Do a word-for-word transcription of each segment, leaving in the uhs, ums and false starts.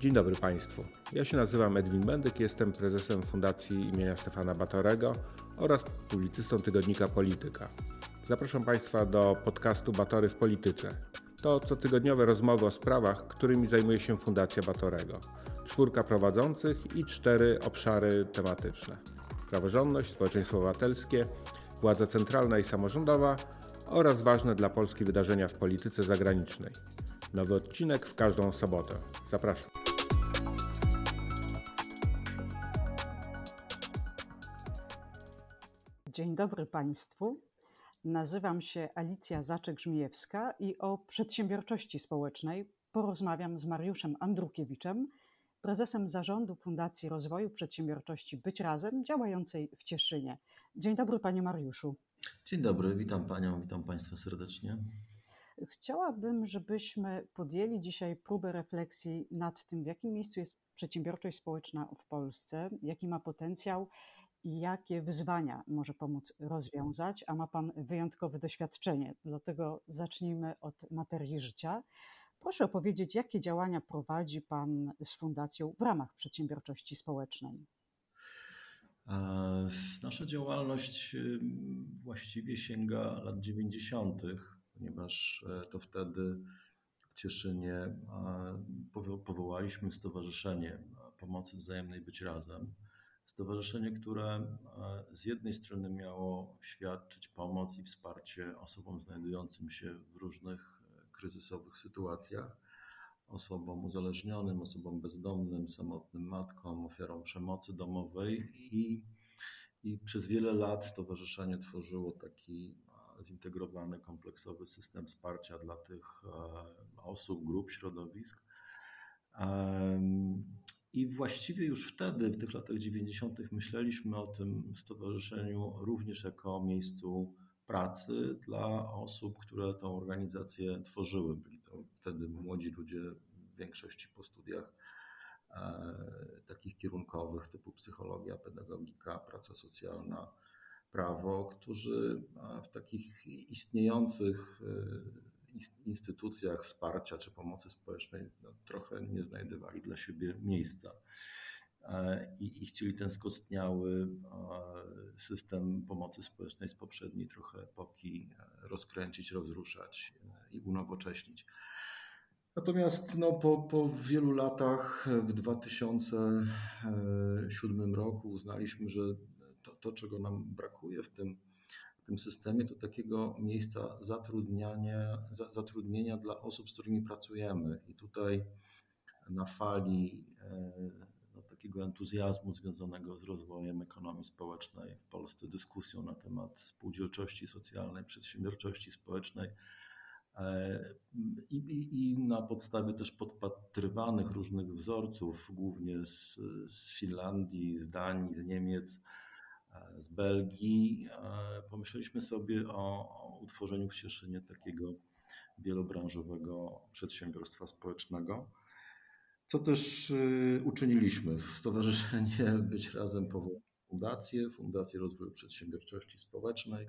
Dzień dobry Państwu. Ja się nazywam Edwin Bendyk, jestem prezesem Fundacji imienia Stefana Batorego oraz publicystą tygodnika Polityka. Zapraszam Państwa do podcastu Batory w Polityce. To cotygodniowe rozmowy o sprawach, którymi zajmuje się Fundacja Batorego. Czwórka prowadzących i cztery obszary tematyczne. Praworządność, społeczeństwo obywatelskie, władza centralna i samorządowa oraz ważne dla Polski wydarzenia w polityce zagranicznej. Nowy odcinek w każdą sobotę. Zapraszam. Dzień dobry Państwu. Nazywam się Alicja Zaczek-Żmijewska i o przedsiębiorczości społecznej porozmawiam z Mariuszem Andrukiewiczem, prezesem zarządu Fundacji Rozwoju Przedsiębiorczości Być Razem, działającej w Cieszynie. Dzień dobry Panie Mariuszu. Dzień dobry, witam Panią, witam Państwa serdecznie. Chciałabym, żebyśmy podjęli dzisiaj próbę refleksji nad tym, w jakim miejscu jest przedsiębiorczość społeczna w Polsce, jaki ma potencjał i jakie wyzwania może pomóc rozwiązać, a ma Pan wyjątkowe doświadczenie. Dlatego zacznijmy od materii życia. Proszę opowiedzieć, jakie działania prowadzi Pan z Fundacją w ramach przedsiębiorczości społecznej? Nasza działalność właściwie sięga lat dziewięćdziesiątych, ponieważ to wtedy w Cieszynie powołaliśmy Stowarzyszenie Pomocy Wzajemnej Być Razem. Stowarzyszenie, które z jednej strony miało świadczyć pomoc i wsparcie osobom znajdującym się w różnych kryzysowych sytuacjach, osobom uzależnionym, osobom bezdomnym, samotnym matkom, ofiarom przemocy domowej i, i przez wiele lat stowarzyszenie tworzyło taki zintegrowany, kompleksowy system wsparcia dla tych osób, grup, środowisk. I właściwie już wtedy, w tych latach dziewięćdziesiątych myśleliśmy o tym stowarzyszeniu również jako miejscu pracy dla osób, które tę organizację tworzyły. Byli to wtedy młodzi ludzie, w większości po studiach e, takich kierunkowych typu psychologia, pedagogika, praca socjalna, prawo, którzy w takich istniejących instytucjach wsparcia czy pomocy społecznej no, trochę nie znajdowali dla siebie miejsca. I, i chcieli ten skostniały system pomocy społecznej z poprzedniej trochę epoki rozkręcić, rozruszać i unowocześnić. Natomiast no, po, po wielu latach w dwa tysiące siódmym roku uznaliśmy, że to, to czego nam brakuje w tym, w tym systemie, to takiego miejsca zatrudniania, zatrudnienia dla osób, z którymi pracujemy. I tutaj na fali no, takiego entuzjazmu związanego z rozwojem ekonomii społecznej w Polsce, dyskusją na temat spółdzielczości socjalnej, przedsiębiorczości społecznej i, i, i na podstawie też podpatrywanych różnych wzorców, głównie z, z Finlandii, z Danii, z Niemiec, z Belgii, pomyśleliśmy sobie o, o utworzeniu w Cieszynie takiego wielobranżowego przedsiębiorstwa społecznego, co też uczyniliśmy. W Stowarzyszenie Być Razem powołano fundację, Fundację Rozwoju Przedsiębiorczości Społecznej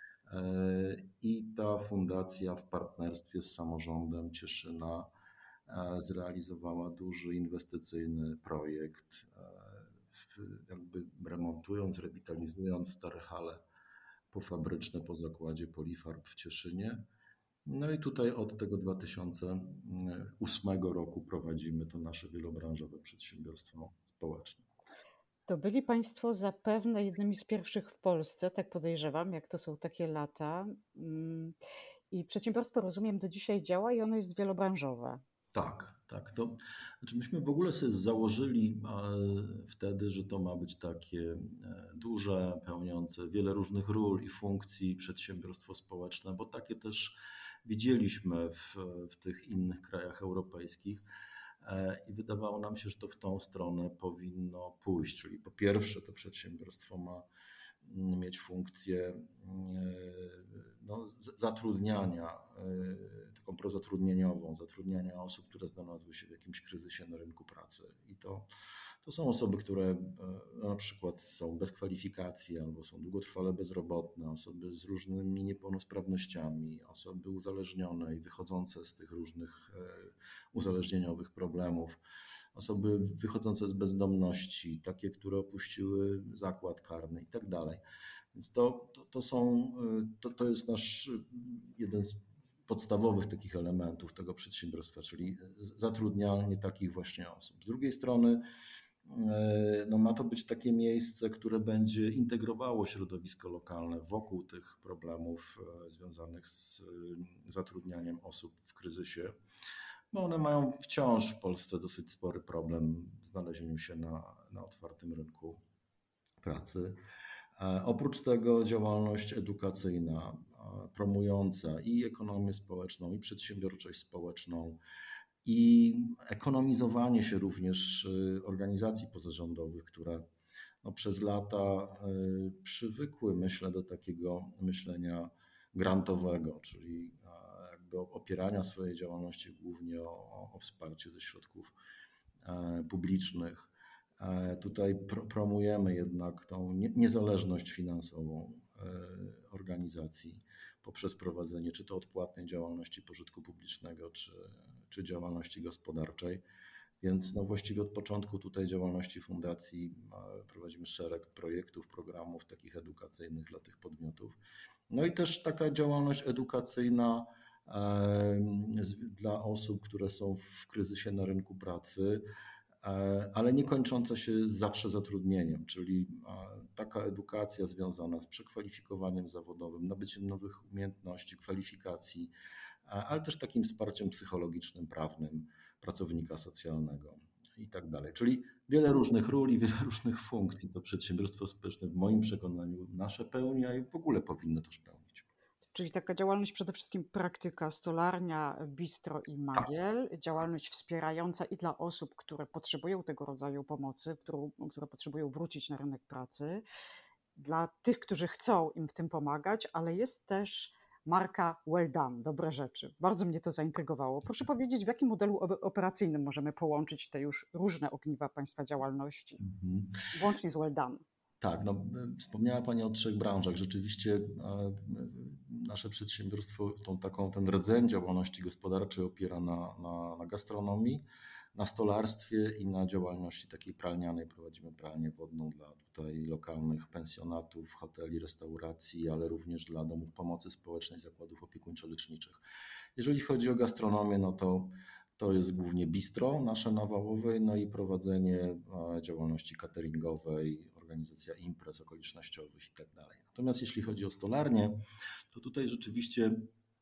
i ta fundacja w partnerstwie z samorządem Cieszyna zrealizowała duży inwestycyjny projekt, jakby remontując, rewitalizując stare hale pofabryczne po zakładzie Polifarb w Cieszynie. No i tutaj od tego dwa tysiące ósmego roku prowadzimy to nasze wielobranżowe przedsiębiorstwo społeczne. To byli Państwo zapewne jednymi z pierwszych w Polsce, tak podejrzewam, jak to są takie lata. I przedsiębiorstwo, rozumiem, do dzisiaj działa i ono jest wielobranżowe. Tak, tak. To, znaczy myśmy w ogóle sobie założyli wtedy, że to ma być takie duże, pełniące wiele różnych ról i funkcji przedsiębiorstwo społeczne, bo takie też widzieliśmy w, w tych innych krajach europejskich i wydawało nam się, że to w tą stronę powinno pójść. Czyli po pierwsze to przedsiębiorstwo ma mieć funkcję no, zatrudniania, taką prozatrudnieniową, zatrudniania osób, które znalazły się w jakimś kryzysie na rynku pracy. I to, to są osoby, które na przykład są bez kwalifikacji albo są długotrwale bezrobotne, osoby z różnymi niepełnosprawnościami, osoby uzależnione i wychodzące z tych różnych uzależnieniowych problemów. osoby wychodzące z bezdomności, takie, które opuściły zakład karny i tak dalej. Więc to, to, to są, to, to jest nasz jeden z podstawowych takich elementów tego przedsiębiorstwa, czyli zatrudnianie takich właśnie osób. Z drugiej strony no ma to być takie miejsce, które będzie integrowało środowisko lokalne wokół tych problemów związanych z zatrudnianiem osób w kryzysie, bo one mają wciąż w Polsce dosyć spory problem w znalezieniu się na, na otwartym rynku pracy. Oprócz tego działalność edukacyjna promująca i ekonomię społeczną, i przedsiębiorczość społeczną, i ekonomizowanie się również organizacji pozarządowych, które no przez lata przywykły, myślę, do takiego myślenia grantowego, czyli jakby opierania swojej działalności głównie o, o wsparcie ze środków publicznych. Tutaj promujemy jednak tą niezależność finansową organizacji poprzez prowadzenie czy to odpłatnej działalności pożytku publicznego, czy, czy działalności gospodarczej. Więc no właściwie od początku tutaj działalności fundacji prowadzimy szereg projektów, programów takich edukacyjnych dla tych podmiotów. No i też taka działalność edukacyjna dla osób, które są w kryzysie na rynku pracy, ale nie kończąca się zawsze zatrudnieniem, czyli taka edukacja związana z przekwalifikowaniem zawodowym, nabyciem nowych umiejętności, kwalifikacji, ale też takim wsparciem psychologicznym, prawnym pracownika socjalnego i tak dalej. Czyli wiele różnych ról i wiele różnych funkcji to przedsiębiorstwo społeczne w moim przekonaniu nasze pełni, a i w ogóle powinno też pełnić. Czyli taka działalność przede wszystkim praktyka, stolarnia, bistro i magiel, tak. Działalność wspierająca i dla osób, które potrzebują tego rodzaju pomocy, które, które potrzebują wrócić na rynek pracy, dla tych, którzy chcą im w tym pomagać, ale jest też marka Well Done, dobre rzeczy. Bardzo mnie to zaintrygowało. Proszę powiedzieć, w jakim modelu operacyjnym możemy połączyć te już różne ogniwa Państwa działalności, mhm. włącznie z Well Done? Tak, no, wspomniała Pani o trzech branżach. Rzeczywiście nasze przedsiębiorstwo tą taką, ten rdzeń działalności gospodarczej opiera na, na, na gastronomii, na stolarstwie i na działalności takiej pralnianej. Prowadzimy pralnię wodną dla tutaj lokalnych pensjonatów, hoteli, restauracji, ale również dla domów pomocy społecznej, zakładów opiekuńczo-leczniczych. Jeżeli chodzi o gastronomię, no to to jest głównie bistro nasze na Wałowej, no i prowadzenie działalności cateringowej, organizacja imprez okolicznościowych i tak dalej. Natomiast jeśli chodzi o stolarnię, to tutaj rzeczywiście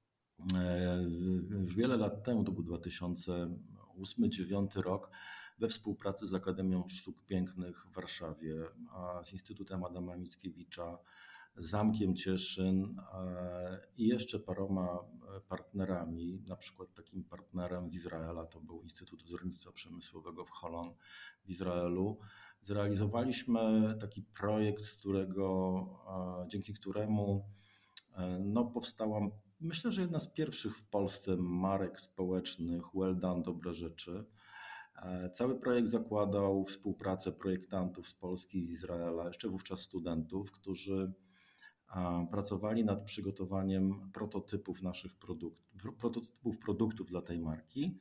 już wiele lat temu, to był dwa tysiące ósmy do dwa tysiące dziewiąty rok, we współpracy z Akademią Sztuk Pięknych w Warszawie, z Instytutem Adama Mickiewicza, Zamkiem Cieszyn i jeszcze paroma partnerami, na przykład takim partnerem z Izraela, to był Instytut Wzornictwa Przemysłowego w Holon w Izraelu. Zrealizowaliśmy taki projekt, z którego, dzięki któremu no, powstała, myślę, że jedna z pierwszych w Polsce marek społecznych Well Done, dobre rzeczy. Cały projekt zakładał współpracę projektantów z Polski i z Izraela, jeszcze wówczas studentów, którzy pracowali nad przygotowaniem prototypów naszych produktów, prototypów produktów dla tej marki.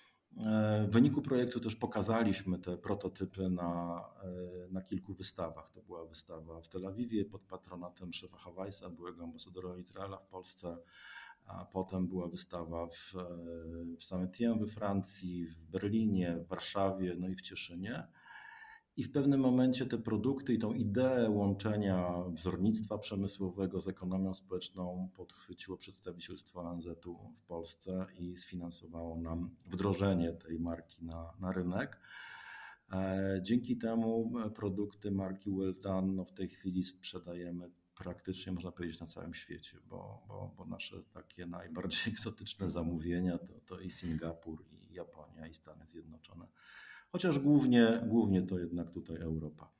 W wyniku projektu też pokazaliśmy te prototypy na, na kilku wystawach. To była wystawa w Tel Awiwie pod patronatem szefa Hawajsa, byłego ambasadora Izraela w Polsce, a potem była wystawa w, w Saint-Étienne we Francji, w Berlinie, w Warszawie, no i w Cieszynie. I w pewnym momencie te produkty i tą ideę łączenia wzornictwa przemysłowego z ekonomią społeczną podchwyciło przedstawicielstwo O N Z u w Polsce i sfinansowało nam wdrożenie tej marki na, na rynek. Dzięki temu produkty marki Well Done no w tej chwili sprzedajemy praktycznie, można powiedzieć, na całym świecie, bo, bo, bo nasze takie najbardziej egzotyczne zamówienia to, to i Singapur, i Japonia, i Stany Zjednoczone. Chociaż głównie, głównie to jednak tutaj Europa.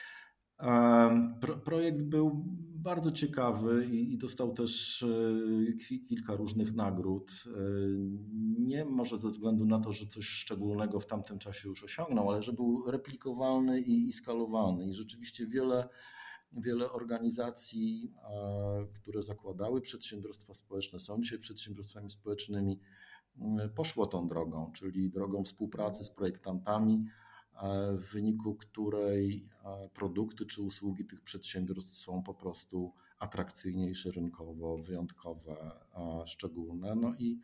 Pro, projekt był bardzo ciekawy i, i dostał też kilka różnych nagród. Nie może ze względu na to, że coś szczególnego w tamtym czasie już osiągnął, ale że był replikowalny i, i skalowalny. I rzeczywiście wiele, wiele organizacji, które zakładały przedsiębiorstwa społeczne, są dzisiaj przedsiębiorstwami społecznymi, poszło tą drogą, czyli drogą współpracy z projektantami, w wyniku której produkty czy usługi tych przedsiębiorstw są po prostu atrakcyjniejsze rynkowo, wyjątkowe, szczególne, no i,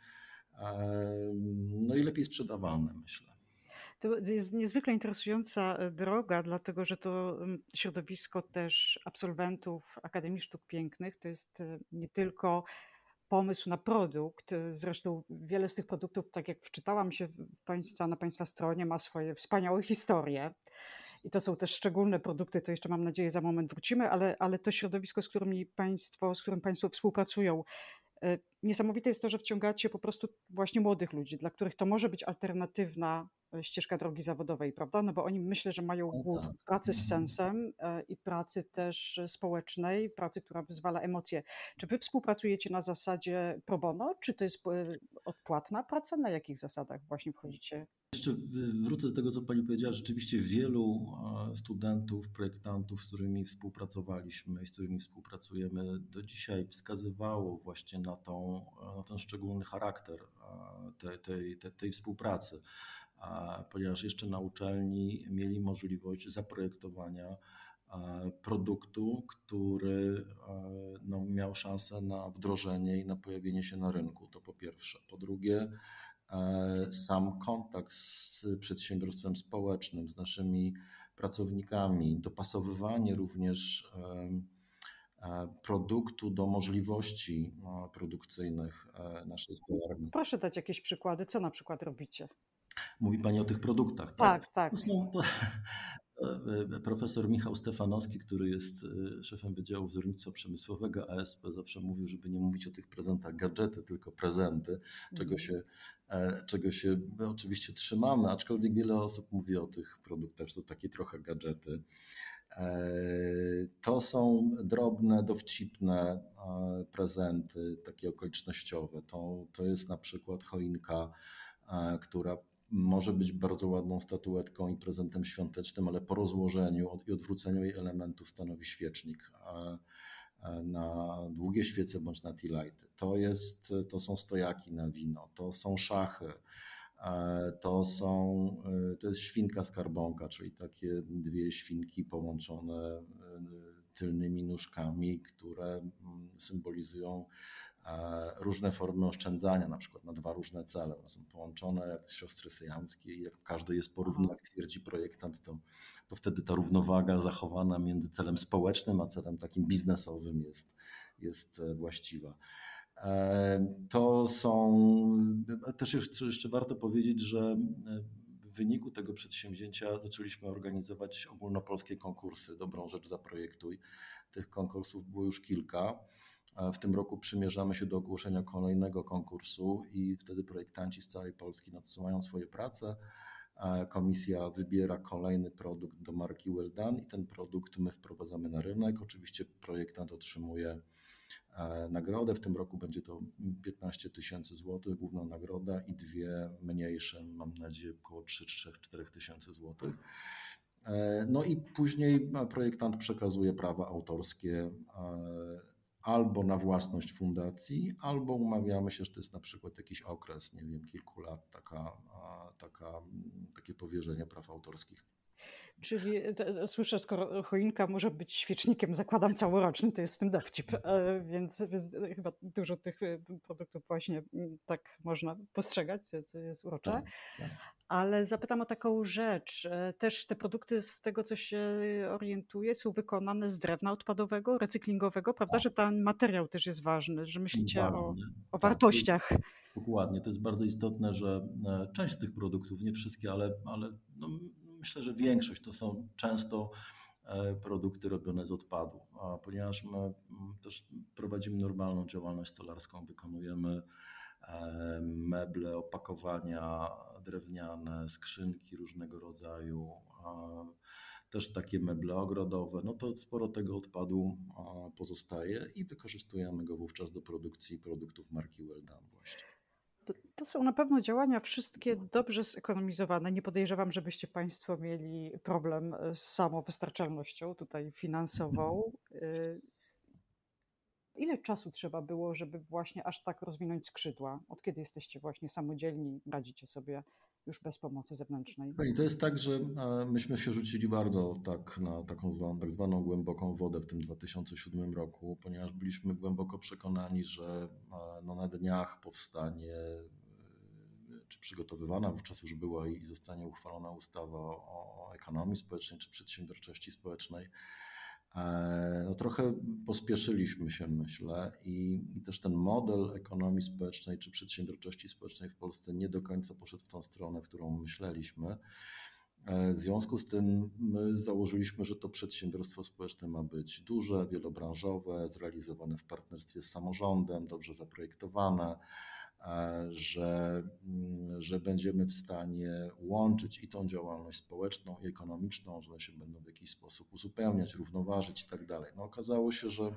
no i lepiej sprzedawalne, myślę. To jest niezwykle interesująca droga, dlatego że to środowisko też absolwentów Akademii Sztuk Pięknych to jest nie tylko pomysł na produkt. Zresztą wiele z tych produktów, tak jak wczytałam się w państwa, na Państwa stronie, ma swoje wspaniałe historie. I to są też szczególne produkty, to jeszcze mam nadzieję za moment wrócimy, ale, ale to środowisko, z którym Państwo, z którym Państwo współpracują, niesamowite jest to, że wciągacie po prostu właśnie młodych ludzi, dla których to może być alternatywna ścieżka drogi zawodowej, prawda? No bo oni myślę, że mają No głód tak. pracy z sensem i pracy też społecznej, pracy, która wyzwala emocje. Czy wy współpracujecie na zasadzie pro bono, czy to jest odpłatna praca? Na jakich zasadach właśnie wchodzicie? Jeszcze wrócę do tego, co Pani powiedziała. Rzeczywiście wielu studentów, projektantów, z którymi współpracowaliśmy i z którymi współpracujemy do dzisiaj wskazywało właśnie na, tą, na ten szczególny charakter tej, tej, tej, tej współpracy, ponieważ jeszcze na uczelni mieli możliwość zaprojektowania produktu, który no, miał szansę na wdrożenie i na pojawienie się na rynku. To po pierwsze. Po drugie, sam kontakt z przedsiębiorstwem społecznym, z naszymi pracownikami, dopasowywanie również produktu do możliwości produkcyjnych naszej stolarni. Proszę dać jakieś przykłady, co na przykład robicie? Mówi Pani o tych produktach, tak? Tak, tak. To są, to, profesor Michał Stefanowski, który jest szefem Wydziału Wzornictwa Przemysłowego A S P, zawsze mówił, żeby nie mówić o tych prezentach gadżety, tylko prezenty, czego się, czego się oczywiście trzymamy, aczkolwiek wiele osób mówi o tych produktach, że to takie trochę gadżety. To są drobne, dowcipne prezenty, takie okolicznościowe. To, to jest na przykład choinka, która może być bardzo ładną statuetką i prezentem świątecznym, ale po rozłożeniu i odwróceniu jej elementów stanowi świecznik na długie świece bądź na tea lighty. To, jest, to są stojaki na wino, to są szachy, to, są, to jest świnka skarbonka, czyli takie dwie świnki połączone tylnymi nóżkami, które symbolizują różne formy oszczędzania, na przykład na dwa różne cele. One są połączone jak siostry syjamskie i jak każdy jest porówny, jak twierdzi projektant, to, to wtedy ta równowaga zachowana między celem społecznym a celem takim biznesowym jest, jest właściwa. To są, też jeszcze, jeszcze warto powiedzieć, że w wyniku tego przedsięwzięcia zaczęliśmy organizować ogólnopolskie konkursy. Dobrą rzecz zaprojektuj. Tych konkursów było już kilka. W tym roku przymierzamy się do ogłoszenia kolejnego konkursu i wtedy projektanci z całej Polski nadsyłają swoje prace. Komisja wybiera kolejny produkt do marki Well Done i ten produkt my wprowadzamy na rynek. Oczywiście projektant otrzymuje nagrodę. W tym roku będzie to piętnaście tysięcy złotych, główna nagroda i dwie mniejsze, mam nadzieję około trzy do czterech tysięcy złotych. No i później projektant przekazuje prawa autorskie albo na własność fundacji, albo umawiamy się, że to jest na przykład jakiś okres, nie wiem, kilku lat, taka, taka, takie powierzenie praw autorskich. Czyli słyszę, skoro choinka może być świecznikiem, zakładam całorocznym, to jest w tym dowcip, więc, więc chyba dużo tych produktów właśnie tak można postrzegać, co jest urocze. Tak, tak. Ale zapytam o taką rzecz. Też te produkty, z tego co się orientuję, są wykonane z drewna odpadowego, recyklingowego, prawda, że ten materiał też jest ważny, że myślicie o, o tak, wartościach. To jest, dokładnie, to jest bardzo istotne, że część z tych produktów, nie wszystkie, ale, ale no, myślę, że większość to są często produkty robione z odpadu, a ponieważ my też prowadzimy normalną działalność stolarską, wykonujemy meble, opakowania drewniane, skrzynki różnego rodzaju, też takie meble ogrodowe, no to sporo tego odpadu pozostaje i wykorzystujemy go wówczas do produkcji produktów marki Well Done właśnie. To, to są na pewno działania wszystkie dobrze zekonomizowane. Nie podejrzewam, żebyście Państwo mieli problem z samowystarczalnością tutaj finansową. Ile ile czasu trzeba było, żeby właśnie aż tak rozwinąć skrzydła? Od kiedy jesteście właśnie samodzielni, radzicie sobie już bez pomocy zewnętrznej? I to jest tak, że myśmy się rzucili bardzo tak na taką zwaną, tak zwaną głęboką wodę w tym dwa tysiące siódmym roku, ponieważ byliśmy głęboko przekonani, że no, na dniach powstanie, czy przygotowywana wówczas już była i zostanie uchwalona ustawa o ekonomii społecznej czy przedsiębiorczości społecznej. No trochę pospieszyliśmy się, myślę, i, i też ten model ekonomii społecznej czy przedsiębiorczości społecznej w Polsce nie do końca poszedł w tą stronę, w którą myśleliśmy. W związku z tym my założyliśmy, że to przedsiębiorstwo społeczne ma być duże, wielobranżowe, zrealizowane w partnerstwie z samorządem, dobrze zaprojektowane, że, że będziemy w stanie łączyć i tą działalność społeczną i ekonomiczną, że się będą w jakiś sposób uzupełniać, równoważyć i tak dalej. No okazało się, że,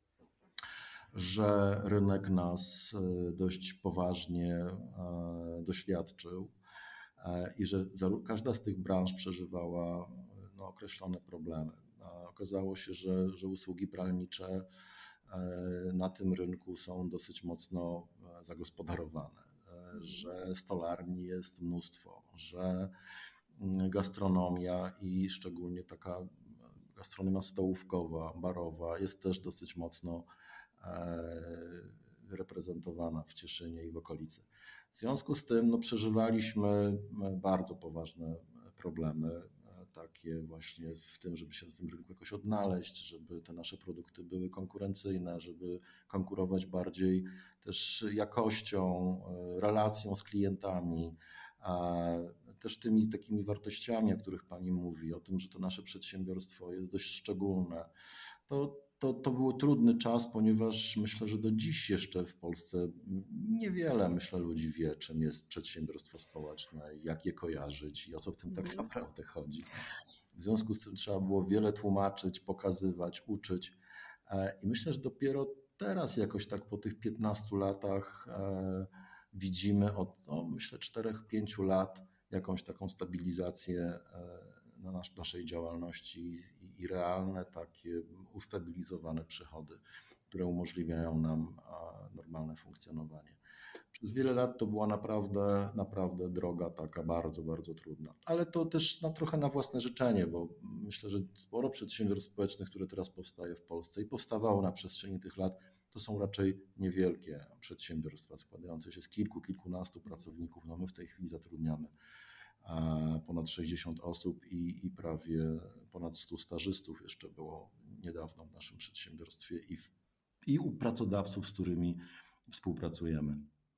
że rynek nas dość poważnie doświadczył i że każda z tych branż przeżywała no, określone problemy. Okazało się, że, że usługi pralnicze na tym rynku są dosyć mocno zagospodarowane, że stolarni jest mnóstwo, że gastronomia i szczególnie taka gastronomia stołówkowa, barowa jest też dosyć mocno reprezentowana w Cieszynie i w okolicy. W związku z tym no, przeżywaliśmy bardzo poważne problemy, takie właśnie w tym, żeby się na tym rynku jakoś odnaleźć, żeby te nasze produkty były konkurencyjne, żeby konkurować bardziej też jakością, relacją z klientami, też tymi takimi wartościami, o których Pani mówi, o tym, że to nasze przedsiębiorstwo jest dość szczególne. To, to, to był trudny czas, ponieważ myślę, że do dziś jeszcze w Polsce niewiele, myślę, ludzi wie, czym jest przedsiębiorstwo społeczne, jak je kojarzyć i o co w tym tak naprawdę chodzi. W związku z tym trzeba było wiele tłumaczyć, pokazywać, uczyć i myślę, że dopiero teraz jakoś tak po tych piętnastu latach widzimy od, no, myślę, czterech pięciu lat jakąś taką stabilizację na nasz, naszej działalności i realne takie ustabilizowane przychody, które umożliwiają nam normalne funkcjonowanie. Przez wiele lat to była naprawdę, naprawdę droga taka bardzo, bardzo trudna. Ale to też na, trochę na własne życzenie, bo myślę, że sporo przedsiębiorstw społecznych, które teraz powstaje w Polsce i powstawało na przestrzeni tych lat, to są raczej niewielkie przedsiębiorstwa składające się z kilku, kilkunastu pracowników. No my w tej chwili zatrudniamy ponad sześćdziesiąt osób i, i prawie ponad stu stażystów jeszcze było niedawno w naszym przedsiębiorstwie i, w, i u pracodawców, z którymi współpracujemy.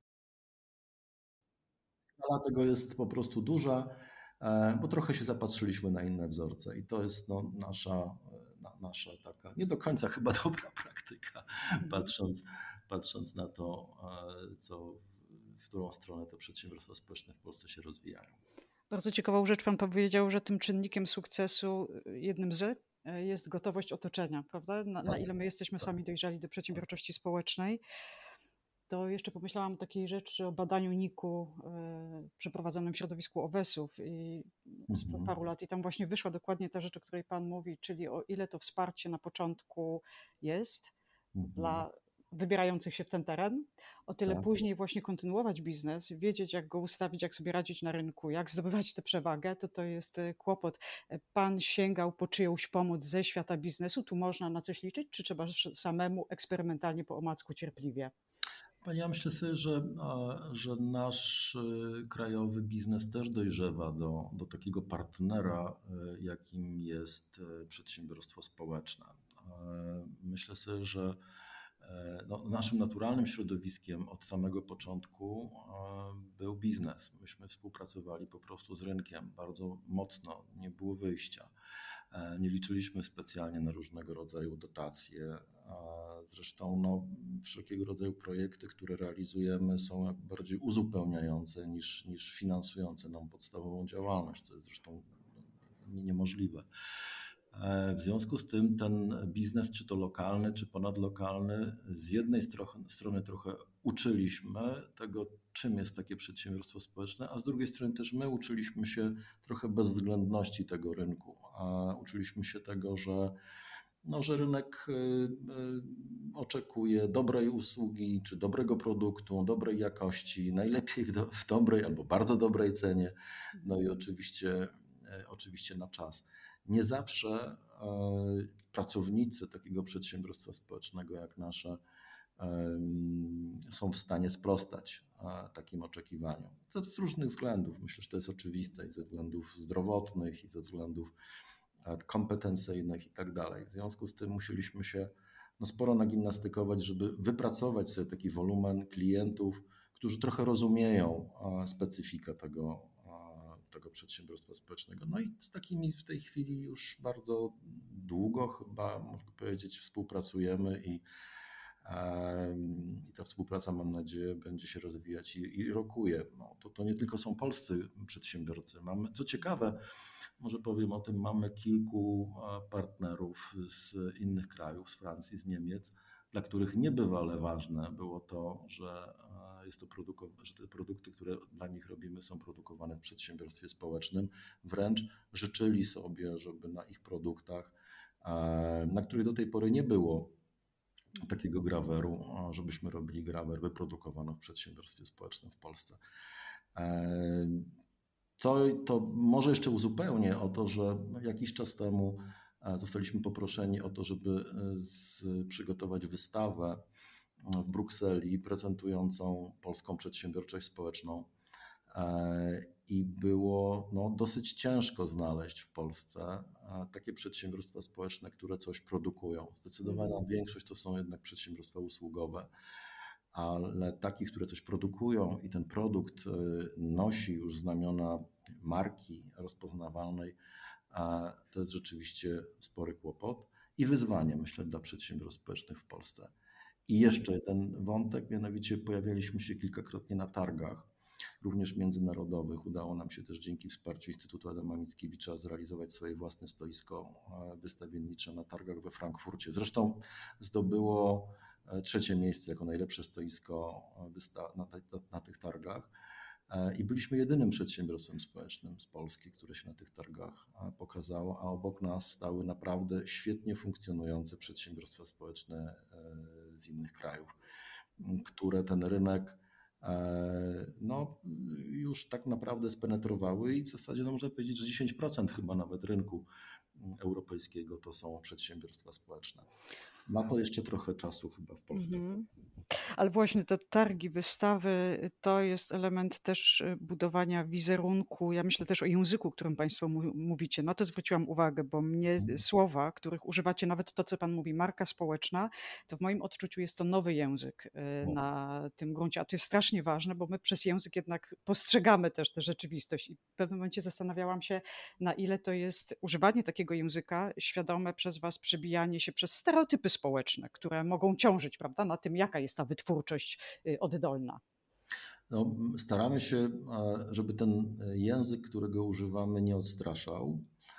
Skala tego jest po prostu duża, bo trochę się zapatrzyliśmy na inne wzorce i to jest no, nasza, nasza taka nie do końca chyba dobra praktyka, patrząc, patrząc na to, co, w którą stronę te przedsiębiorstwa społeczne w Polsce się rozwijają. Bardzo ciekawą rzecz Pan powiedział, że tym czynnikiem sukcesu, jednym z, jest gotowość otoczenia, prawda? Na, na ile my jesteśmy sami dojrzali do przedsiębiorczości społecznej. To jeszcze pomyślałam o takiej rzeczy, o badaniu N I K-u y, przeprowadzonym w środowisku owesów i z Mhm. paru lat i tam właśnie wyszła dokładnie ta rzecz, o której Pan mówi, czyli o ile to wsparcie na początku jest Mhm. dla wybierających się w ten teren, o tyle Tak. później właśnie kontynuować biznes, wiedzieć jak go ustawić, jak sobie radzić na rynku, jak zdobywać tę przewagę, to to jest kłopot. Pan sięgał po czyjąś pomoc ze świata biznesu, tu można na coś liczyć, czy trzeba samemu eksperymentalnie po omacku cierpliwie? Panie, ja myślę sobie, że, że nasz krajowy biznes też dojrzewa do, do takiego partnera, jakim jest przedsiębiorstwo społeczne. Myślę sobie, że no, naszym naturalnym środowiskiem od samego początku był biznes. Myśmy współpracowali po prostu z rynkiem bardzo mocno, nie było wyjścia. Nie liczyliśmy specjalnie na różnego rodzaju dotacje. Zresztą no, wszelkiego rodzaju projekty, które realizujemy, są bardziej uzupełniające niż, niż finansujące nam podstawową działalność, co jest zresztą niemożliwe. W związku z tym ten biznes, czy to lokalny, czy ponadlokalny, z jednej strony trochę uczyliśmy tego, czym jest takie przedsiębiorstwo społeczne, a z drugiej strony też my uczyliśmy się trochę bezwzględności tego rynku. A uczyliśmy się tego, że, no, że rynek oczekuje dobrej usługi, czy dobrego produktu, dobrej jakości, najlepiej w, do, w dobrej albo bardzo dobrej cenie, no i oczywiście, oczywiście na czas. Nie zawsze pracownicy takiego przedsiębiorstwa społecznego jak nasze są w stanie sprostać takim oczekiwaniom. To z różnych względów. Myślę, że to jest oczywiste, i ze względów zdrowotnych, i ze względów kompetencyjnych i tak dalej. W związku z tym musieliśmy się no, sporo nagimnastykować, żeby wypracować sobie taki wolumen klientów, którzy trochę rozumieją specyfikę tego, tego przedsiębiorstwa społecznego. No i z takimi w tej chwili już bardzo długo chyba, można powiedzieć, współpracujemy i I ta współpraca, mam nadzieję, będzie się rozwijać i, i rokuje. No, to, to nie tylko są polscy przedsiębiorcy. Mamy, co ciekawe, może powiem o tym, mamy kilku partnerów z innych krajów, z Francji, z Niemiec, dla których niebywale ważne było to, że, jest to produkow- że te produkty, które dla nich robimy, są produkowane w przedsiębiorstwie społecznym. Wręcz życzyli sobie, żeby na ich produktach, na których do tej pory nie było takiego graweru, żebyśmy robili grawer wyprodukowany w przedsiębiorstwie społecznym w Polsce. To, to może jeszcze uzupełnię o to, że jakiś czas temu zostaliśmy poproszeni o to, żeby z, przygotować wystawę w Brukseli prezentującą polską przedsiębiorczość społeczną. I było no, dosyć ciężko znaleźć w Polsce takie przedsiębiorstwa społeczne, które coś produkują. Zdecydowana większość to są jednak przedsiębiorstwa usługowe, ale takich, które coś produkują i ten produkt nosi już znamiona marki rozpoznawalnej, to jest rzeczywiście spory kłopot i wyzwanie, myślę, dla przedsiębiorstw społecznych w Polsce. I jeszcze ten wątek, mianowicie pojawialiśmy się kilkakrotnie na targach, również międzynarodowych. Udało nam się też dzięki wsparciu Instytutu Adama Mickiewicza zrealizować swoje własne stoisko wystawiennicze na targach we Frankfurcie. Zresztą zdobyło trzecie miejsce jako najlepsze stoisko na, na, na tych targach i byliśmy jedynym przedsiębiorstwem społecznym z Polski, które się na tych targach pokazało, a obok nas stały naprawdę świetnie funkcjonujące przedsiębiorstwa społeczne z innych krajów, które ten rynek no, już tak naprawdę spenetrowały i w zasadzie no, można powiedzieć, że dziesięć procent chyba nawet rynku europejskiego to są przedsiębiorstwa społeczne. Ma to jeszcze trochę czasu chyba w Polsce. Mm-hmm. Ale właśnie te targi, wystawy to jest element też budowania wizerunku. Ja myślę też o języku, którym Państwo mówicie. Na to zwróciłam uwagę, bo mnie słowa, których używacie, nawet to, co Pan mówi, marka społeczna, to w moim odczuciu jest to nowy język na tym gruncie. A to jest strasznie ważne, bo my przez język jednak postrzegamy też tę rzeczywistość. I w pewnym momencie zastanawiałam się, na ile to jest używanie takiego języka świadome przez Was przebijanie się przez stereotypy społeczne, które mogą ciążyć, prawda, na tym, jaka jest ta wytwórczość oddolna. No, staramy się, żeby ten język, którego używamy, nie odstraszał,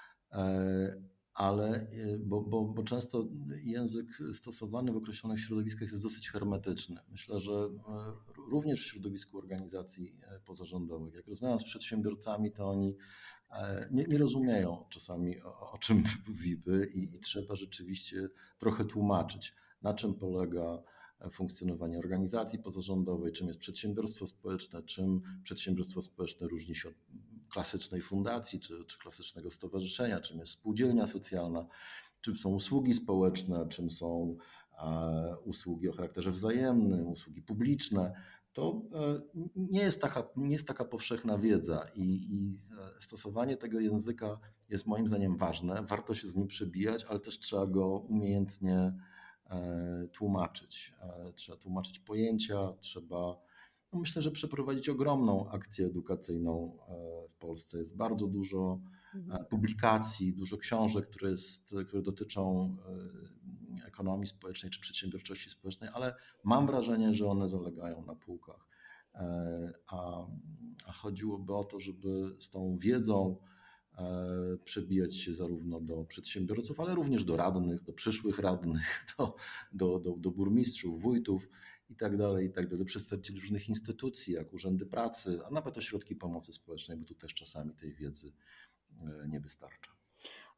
ale bo, bo, bo często język stosowany w określonych środowiskach jest dosyć hermetyczny. Myślę, że również w środowisku organizacji pozarządowych, jak rozmawiam z przedsiębiorcami, to oni nie, nie rozumieją czasami, o, o czym mówimy i, i trzeba rzeczywiście trochę tłumaczyć, na czym polega funkcjonowanie organizacji pozarządowej, czym jest przedsiębiorstwo społeczne, czym przedsiębiorstwo społeczne różni się od klasycznej fundacji czy, czy klasycznego stowarzyszenia, czym jest spółdzielnia socjalna, czym są usługi społeczne, czym są e, usługi o charakterze wzajemnym, usługi publiczne. To e, nie jest taka, nie jest taka powszechna wiedza i, i stosowanie tego języka jest moim zdaniem ważne. Warto się z nim przebijać, ale też trzeba go umiejętnie tłumaczyć. Trzeba tłumaczyć pojęcia, trzeba, no myślę, że przeprowadzić ogromną akcję edukacyjną w Polsce. Jest bardzo dużo publikacji, dużo książek, które, jest, które dotyczą ekonomii społecznej czy przedsiębiorczości społecznej, ale mam wrażenie, że one zalegają na półkach. A, a chodziłoby o to, żeby z tą wiedzą przebijać się zarówno do przedsiębiorców, ale również do radnych, do przyszłych radnych, do, do, do, do burmistrzów, wójtów i tak dalej, i tak dalej, do przedstawicieli różnych instytucji, jak urzędy pracy, a nawet ośrodki pomocy społecznej, bo tu też czasami tej wiedzy nie wystarcza.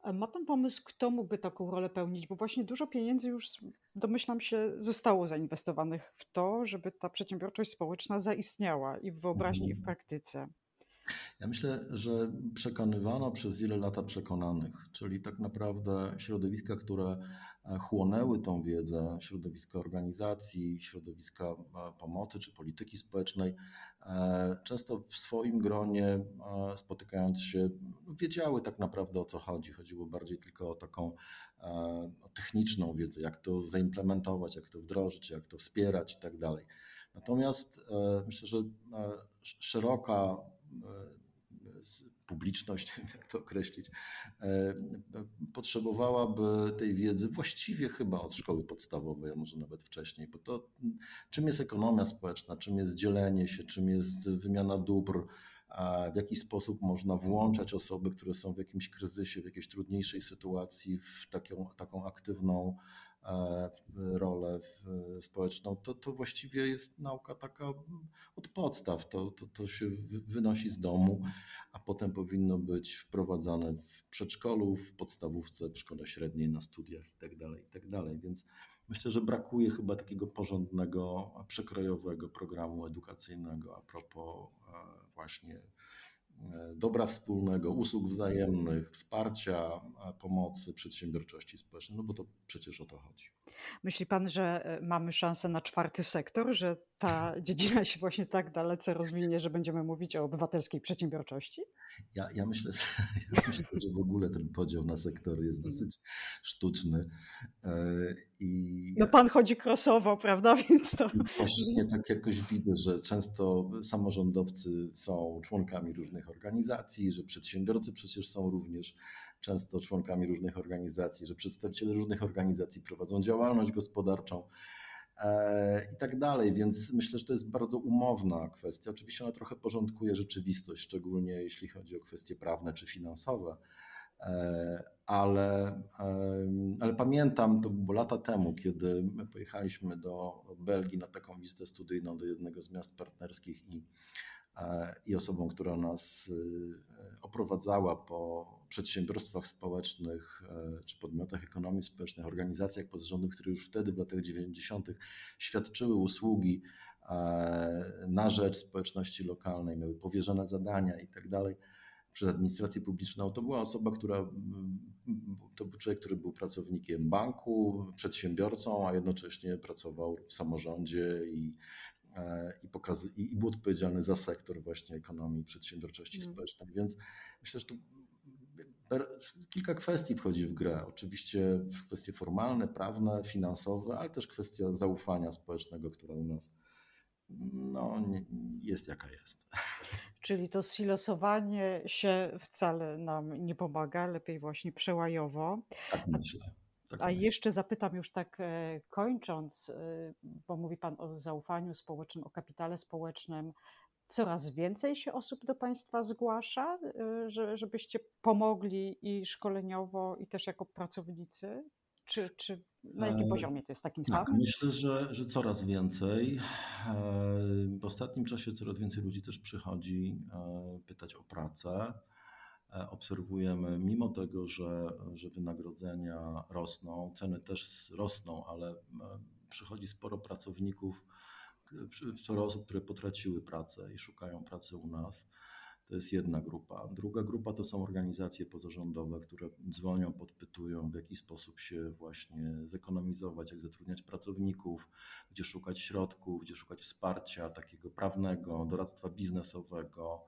A ma pan pomysł, kto mógłby taką rolę pełnić? Bo właśnie dużo pieniędzy już, domyślam się, zostało zainwestowanych w to, żeby ta przedsiębiorczość społeczna zaistniała i w wyobraźni, i w Mhm. praktyce. Ja myślę, że przekonywano przez wiele lat przekonanych, czyli tak naprawdę środowiska, które chłonęły tą wiedzę, środowiska organizacji, środowiska e, pomocy czy polityki społecznej, e, często w swoim gronie e, spotykając się, wiedziały tak naprawdę o co chodzi. Chodziło bardziej tylko o taką e, o techniczną wiedzę, jak to zaimplementować, jak to wdrożyć, jak to wspierać i tak dalej. Natomiast e, myślę, że e, szeroka e, publiczność, jak to określić, e, potrzebowałaby tej wiedzy właściwie chyba od szkoły podstawowej, a może nawet wcześniej, bo to czym jest ekonomia społeczna, czym jest dzielenie się, czym jest wymiana dóbr, a w jaki sposób można włączać osoby, które są w jakimś kryzysie, w jakiejś trudniejszej sytuacji w taką, taką aktywną e, rolę w- społeczną, to, to właściwie jest nauka taka od podstaw. To, to, to się wy- wynosi z domu, a potem powinno być wprowadzane w przedszkolu, w podstawówce, w szkole średniej, na studiach itd., itd. Więc myślę, że brakuje chyba takiego porządnego, przekrojowego programu edukacyjnego a propos e, właśnie e, dobra wspólnego, usług wzajemnych, wsparcia, e, pomocy, przedsiębiorczości społecznej, no bo to przecież o to chodzi. Myśli pan, że e, mamy szansę na czwarty sektor, że ta dziedzina się właśnie tak dalece rozwinie, że będziemy mówić o obywatelskiej przedsiębiorczości? Ja, ja, myślę, ja myślę, że w ogóle ten podział na sektory jest Mm. dosyć sztuczny e, i No pan chodzi krosowo, prawda? Więc to. właśnie tak jakoś widzę, że często samorządowcy są członkami różnych organizacji, że przedsiębiorcy przecież są również często członkami różnych organizacji, że przedstawiciele różnych organizacji prowadzą działalność gospodarczą e, i tak dalej, więc myślę, że to jest bardzo umowna kwestia. Oczywiście ona trochę porządkuje rzeczywistość, szczególnie jeśli chodzi o kwestie prawne czy finansowe. E, Ale, em, ale pamiętam, to było lata temu, kiedy my pojechaliśmy do Belgii na taką wizytę studyjną do jednego z miast partnerskich i, e, i osobą, która nas e, oprowadzała po przedsiębiorstwach społecznych e, czy podmiotach ekonomii społecznej, organizacjach pozarządowych, które już wtedy w latach dziewięćdziesiątych świadczyły usługi e, na rzecz społeczności lokalnej, miały powierzone zadania i tak dalej przez administrację publiczną, to była osoba, która, mm, to był człowiek, który był pracownikiem banku, przedsiębiorcą, a jednocześnie pracował w samorządzie i, e, i, pokazy, i i był odpowiedzialny za sektor właśnie ekonomii i przedsiębiorczości Mm. społecznej. Więc myślę, że tu per- kilka kwestii wchodzi w grę. Oczywiście kwestie formalne, prawne, finansowe, ale też kwestia zaufania społecznego, która u nas no, nie- jest jaka jest. Czyli to silosowanie się wcale nam nie pomaga, lepiej właśnie przełajowo. Tak A, myślę. Tak a myślę. jeszcze zapytam już tak e, kończąc, e, bo mówi pan o zaufaniu społecznym, o kapitale społecznym. Coraz więcej się osób do państwa zgłasza, e, że, żebyście pomogli i szkoleniowo, i też jako pracownicy? Czy, czy na jakim E, poziomie to jest takim Tak, samym? myślę, że, że coraz więcej. E, W ostatnim czasie coraz więcej ludzi też przychodzi e, pytać o pracę. E, Obserwujemy, mimo tego, że, że wynagrodzenia rosną, ceny też rosną, ale e, przychodzi sporo pracowników, k- przy- sporo osób, które potraciły pracę i szukają pracy u nas. To jest jedna grupa. Druga grupa to są organizacje pozarządowe, które dzwonią, podpytują, w jaki sposób się właśnie zekonomizować, jak zatrudniać pracowników, gdzie szukać środków, gdzie szukać wsparcia takiego prawnego, doradztwa biznesowego.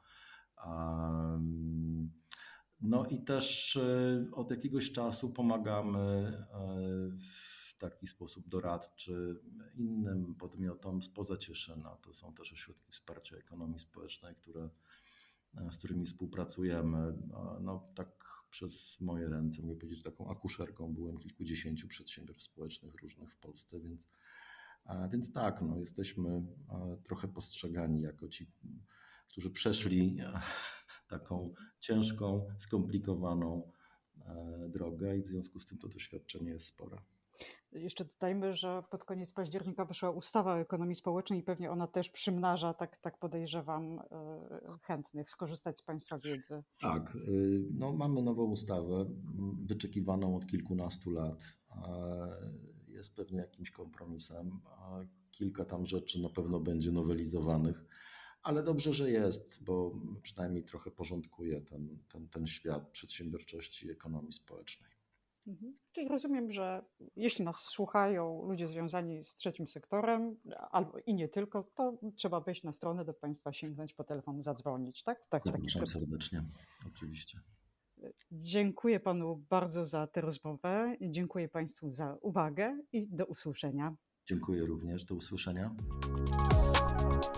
Am, No i też e, od jakiegoś czasu pomagamy e, w taki sposób doradczy innym podmiotom spoza Cieszyna. To są też ośrodki wsparcia ekonomii społecznej, które z którymi współpracujemy. No, tak przez moje ręce, mogę powiedzieć, taką akuszerką byłem kilkudziesięciu przedsiębiorstw społecznych różnych w Polsce, więc, więc tak, no, jesteśmy trochę postrzegani jako ci, którzy przeszli taką ciężką, skomplikowaną drogę i w związku z tym to doświadczenie jest spore. Jeszcze dodajmy, że pod koniec października wyszła ustawa o ekonomii społecznej i pewnie ona też przymnaża, tak, tak podejrzewam, chętnych skorzystać z Państwa wiedzy. Tak, no mamy nową ustawę, wyczekiwaną od kilkunastu lat. Jest pewnie jakimś kompromisem. Kilka tam rzeczy na pewno będzie nowelizowanych, ale dobrze, że jest, bo przynajmniej trochę porządkuje ten, ten, ten świat przedsiębiorczości i ekonomii społecznej. Mhm. Czyli rozumiem, że jeśli nas słuchają ludzie związani z trzecim sektorem, albo i nie tylko, to trzeba wejść na stronę, do Państwa sięgnąć po telefon, zadzwonić, tak? tak Zapraszam serdecznie, oczywiście. Dziękuję Panu bardzo za tę rozmowę, dziękuję Państwu za uwagę i do usłyszenia. Dziękuję również, do usłyszenia.